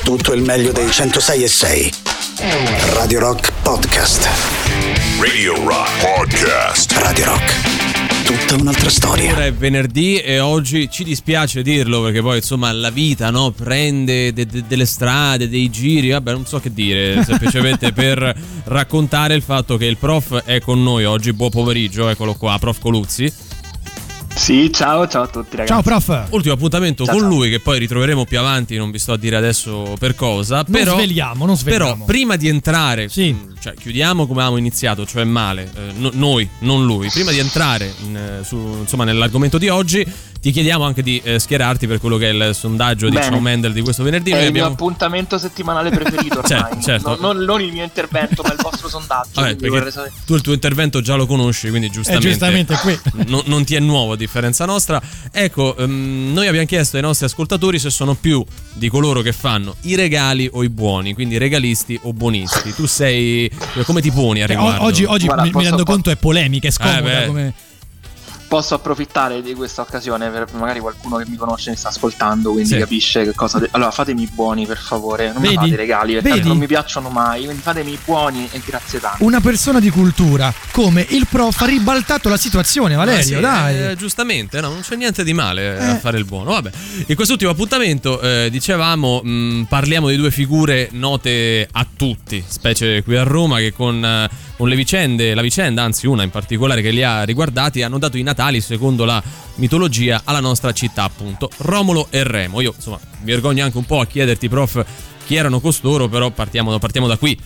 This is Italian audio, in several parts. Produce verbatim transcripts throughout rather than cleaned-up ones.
tutto il meglio dei centosei e sei. Radio Rock Podcast. Radio Rock Podcast. Radio Rock, tutta un'altra storia. Ora è venerdì e oggi ci dispiace dirlo perché poi insomma la vita, no, prende de- de- delle strade, dei giri, vabbè non so che dire, semplicemente per raccontare il fatto che il prof è con noi oggi. Buon pomeriggio, eccolo qua, prof Coluzzi. Sì, ciao, ciao a tutti ragazzi. Ciao prof. Ultimo appuntamento ciao, con ciao. lui che poi ritroveremo più avanti, non vi sto a dire adesso per cosa. Non però, sveliamo, non sveliamo. Però prima di entrare, sì. cioè chiudiamo come avevamo iniziato, cioè male, eh, no, noi, non lui. Prima di entrare in, su, insomma, nell'argomento di oggi, ti chiediamo anche di eh, schierarti per quello che è il sondaggio di Bene. Ciao Mendel di questo venerdì. È Noi il abbiamo... mio appuntamento settimanale preferito ormai. Certo, certo. Non, non, non il mio intervento, ma il vostro sondaggio. Vabbè, quindi perché vorrei sapere- tu il tuo intervento già lo conosci, quindi giustamente, Eh, giustamente qui. non, non ti è nuovo a differenza nostra. Ecco, ehm, noi abbiamo chiesto ai nostri ascoltatori se sono più di coloro che fanno i regali o i buoni, quindi regalisti o buonisti. Tu sei, come ti poni a Cioè, riguardo? oggi oggi Guarda, mi, mi posso- rendo posso- conto è polemica, è scomoda Eh, beh. come... Posso approfittare di questa occasione per magari qualcuno che mi conosce mi sta ascoltando, quindi Sì. capisce che cosa. De- allora fatemi i buoni per favore, non Vedi? mi fate regali perché Vedi? non mi piacciono mai, quindi fatemi i buoni e grazie tanto. Una persona di cultura come il prof ha ribaltato la situazione, Valerio, Ah, sì, dai. eh, giustamente, no, non c'è niente di male Eh. a fare il buono. Vabbè, in quest'ultimo appuntamento eh, dicevamo mh, parliamo di due figure note a tutti, specie qui a Roma, che con, eh, con le vicende, la vicenda, anzi una in particolare che li ha riguardati, hanno dato i natali secondo la mitologia alla nostra città, appunto, Romolo e Remo. Io insomma mi vergogno anche un po' a chiederti, prof, chi erano costoro, però partiamo, partiamo da qui.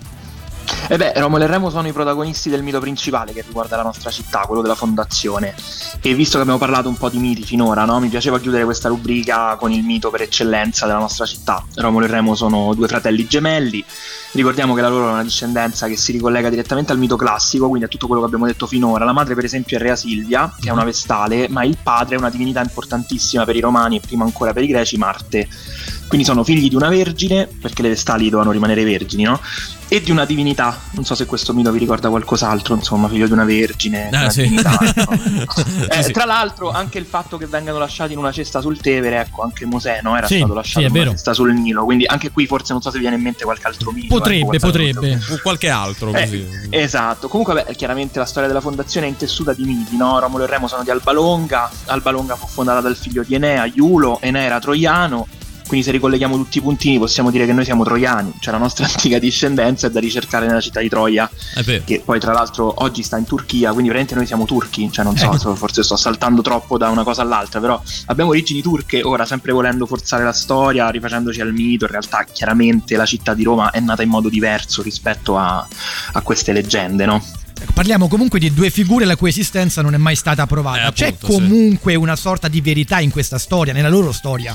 E beh, Romolo e Remo sono i protagonisti del mito principale che riguarda la nostra città, quello della fondazione. E visto che abbiamo parlato un po' di miti finora, no? Mi piaceva chiudere questa rubrica con il mito per eccellenza della nostra città. Romolo e Remo sono due fratelli gemelli. Ricordiamo che la loro è una discendenza che si ricollega direttamente al mito classico, quindi a tutto quello che abbiamo detto finora. La madre per esempio è Rea Silvia, che è una vestale, ma il padre è una divinità importantissima per i romani e prima ancora per i greci, Marte. Quindi sono figli di una vergine, perché le vestali dovevano rimanere vergini, no? E di una divinità. Non so se questo mito vi ricorda qualcos'altro, insomma, figlio di una vergine, Ah, una sì. divinità. No? eh, Sì, sì. Tra l'altro anche il fatto che vengano lasciati in una cesta sul Tevere, ecco, anche Mosè, no? Era Sì, stato lasciato sì, è in una vero. cesta sul Nilo, quindi anche qui forse non so se vi viene in mente qualche altro mito. Potrebbe, ecco, potrebbe. O qualche altro eh, così. esatto, comunque beh, chiaramente la storia della fondazione è intessuta di miti, no? Romolo e Remo sono di Alba Longa, Alba Longa fu fondata dal figlio di Enea, Iulo, Enea era troiano, quindi se ricolleghiamo tutti i puntini possiamo dire che noi siamo troiani, cioè la nostra antica discendenza è da ricercare nella città di Troia, È vero. che poi tra l'altro oggi sta in Turchia, quindi veramente noi siamo turchi, cioè non so, so, forse sto saltando troppo da una cosa all'altra, però abbiamo origini turche, ora sempre volendo forzare la storia, rifacendoci al mito, in realtà chiaramente la città di Roma è nata in modo diverso rispetto a, a queste leggende, no? Ecco, parliamo comunque di due figure la cui esistenza non è mai stata provata. Eh, C'è appunto, sì. comunque una sorta di verità in questa storia, nella loro storia.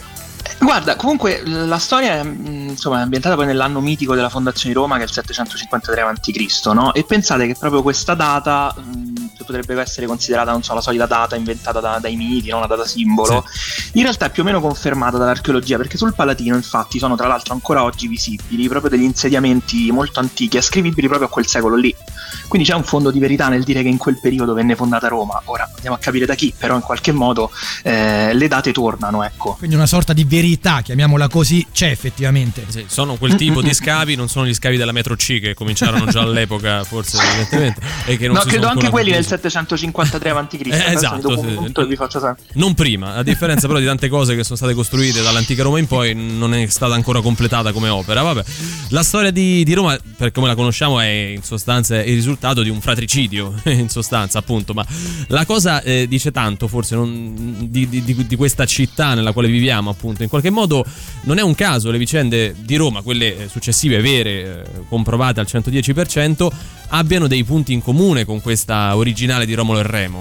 Guarda, comunque la storia è, mh, insomma, è ambientata poi nell'anno mitico della fondazione di Roma, che è il settecentocinquantatré avanti Cristo, no? E pensate che proprio questa data mh, potrebbe essere considerata, non so, la solita data inventata da, dai miti, no? Una data simbolo. In realtà è più o meno confermata dall'archeologia, perché sul Palatino infatti sono tra l'altro ancora oggi visibili proprio degli insediamenti molto antichi, ascrivibili proprio a quel secolo lì. Quindi c'è un fondo di verità nel dire che in quel periodo venne fondata Roma. Ora andiamo a capire da chi, però in qualche modo eh, le date tornano, ecco. Quindi una sorta di verità, chiamiamola così, c'è effettivamente. Sì, sono quel tipo di scavi, non sono gli scavi della metro C che cominciarono già all'epoca, forse evidentemente, e che non No, si credo sono anche ancora quelli nel conclusi. settecentocinquantatré avanti Cristo. Eh, esatto, sì. Non prima, a differenza però di tante cose che sono state costruite dall'antica Roma in poi, non è stata ancora completata come opera. Vabbè, la storia di, di Roma, per come la conosciamo, è in sostanza il risultato di un fratricidio, in sostanza, appunto. Ma la cosa eh, dice tanto, forse, non, di, di, di questa città nella quale viviamo, appunto. In qualche modo non è un caso le vicende di Roma, quelle successive, vere, eh, comprovate al centodieci per cento, abbiano dei punti in comune con questa originale di Romolo e Remo.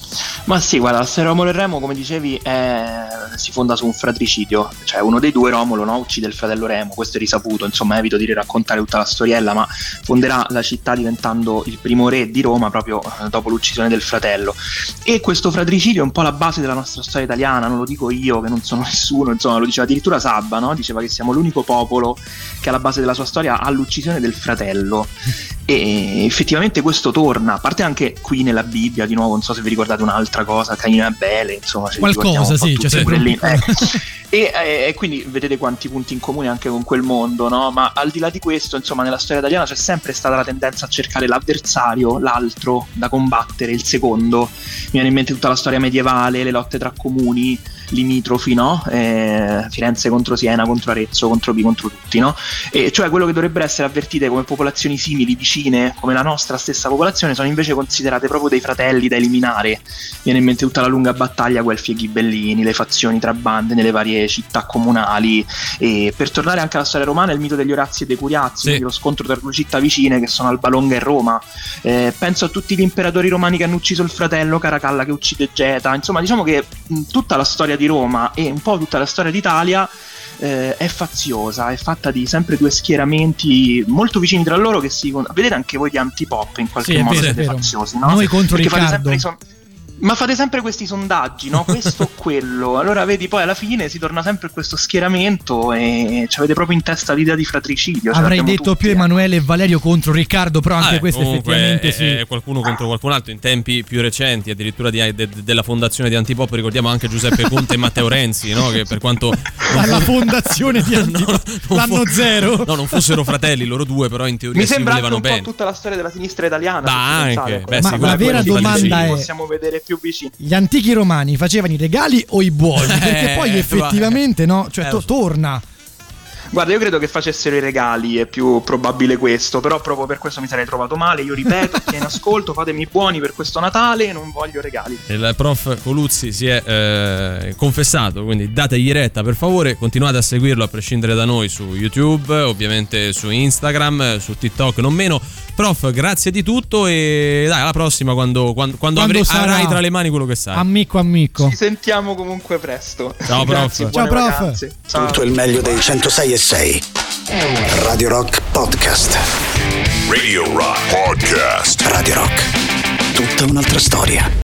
Ma sì, guarda, la storia Romolo e Remo, come dicevi, è... si fonda su un fratricidio, cioè uno dei due, Romolo, no, uccide il fratello Remo, questo è risaputo, insomma evito di raccontare tutta la storiella, ma fonderà la città diventando il primo re di Roma proprio dopo l'uccisione del fratello. E questo fratricidio è un po' la base della nostra storia italiana, non lo dico io che non sono nessuno, insomma lo diceva addirittura Sabba, no? Diceva che siamo l'unico popolo che alla base della sua storia ha l'uccisione del fratello. E effettivamente questo torna, a parte anche qui nella Bibbia, di nuovo, non so se vi ricordate un'altra cosa, Caino e Abele, insomma, qualcosa, sì, c'è sempre lì. Eh. E, e quindi vedete quanti punti in comune anche con quel mondo, no? Ma al di là di questo, insomma, nella storia italiana c'è sempre stata la tendenza a cercare l'avversario, l'altro da combattere, il secondo. Mi viene in mente tutta la storia medievale, le lotte tra comuni limitrofi, no? Eh, Firenze contro Siena, contro Arezzo, contro Pi, contro tutti, no? E cioè quello che dovrebbero essere avvertite come popolazioni simili, vicine, come la nostra stessa popolazione, sono invece considerate proprio dei fratelli da eliminare. Viene in mente tutta la lunga battaglia Guelfi e Ghibellini, le fazioni tra bande nelle varie città comunali. E per tornare anche alla storia romana, il mito degli Orazzi e dei Curiazzi, sì. Lo scontro tra due città vicine che sono Alba Longa e Roma. Eh, penso a tutti gli imperatori romani che hanno ucciso il fratello, Caracalla che uccide Geta. Insomma, diciamo che mh, tutta la storia di Roma e un po' tutta la storia d'Italia eh, è faziosa, è fatta di sempre due schieramenti molto vicini tra loro che si... Vedete anche voi di antipop in qualche sì, modo vero, siete faziosi, no? Noi contro Perché Riccardo. Fate sempre i Ma fate sempre questi sondaggi, no? Questo o quello. Allora vedi, poi alla fine si torna sempre a questo schieramento e ci avete proprio in testa l'idea di fratricidio. Avrei detto tutti, più eh. Emanuele e Valerio contro Riccardo, però anche ah, questo comunque effettivamente è, sì. è qualcuno contro qualcun altro in tempi più recenti, addirittura di, de, de, della fondazione di Antipop, ricordiamo anche Giuseppe Conte e Matteo Renzi, no? Che per quanto alla fondazione di Antipop no, l'anno fo- zero no non fossero fratelli loro due, però in teoria mi si sembra anche volevano un bene. po' tutta la storia della sinistra italiana. Bah, anche. Beh, ma la vera domanda è: possiamo vedere più vicini. Gli antichi romani facevano i regali o i buoni? Perché poi effettivamente no, cioè eh, to- torna. Guarda, io credo che facessero i regali, è più probabile questo, però proprio per questo mi sarei trovato male. Io ripeto, chi è in ascolto, fatemi buoni per questo Natale, non voglio regali. Il prof Coluzzi si è eh, confessato, quindi dategli retta per favore, continuate a seguirlo a prescindere da noi su YouTube, ovviamente su Instagram, su TikTok non meno. Prof, grazie di tutto e dai, alla prossima quando, quando, quando, Quando avrai, sarà avrai tra le mani quello che sai. Amico, amico. Ci sentiamo comunque presto. Ciao prof. Ciao prof. Vacanze. Ciao. Tutto il meglio dei centosei e sei. Radio Rock Podcast. Radio Rock Podcast. Radio Rock. Tutta un'altra storia.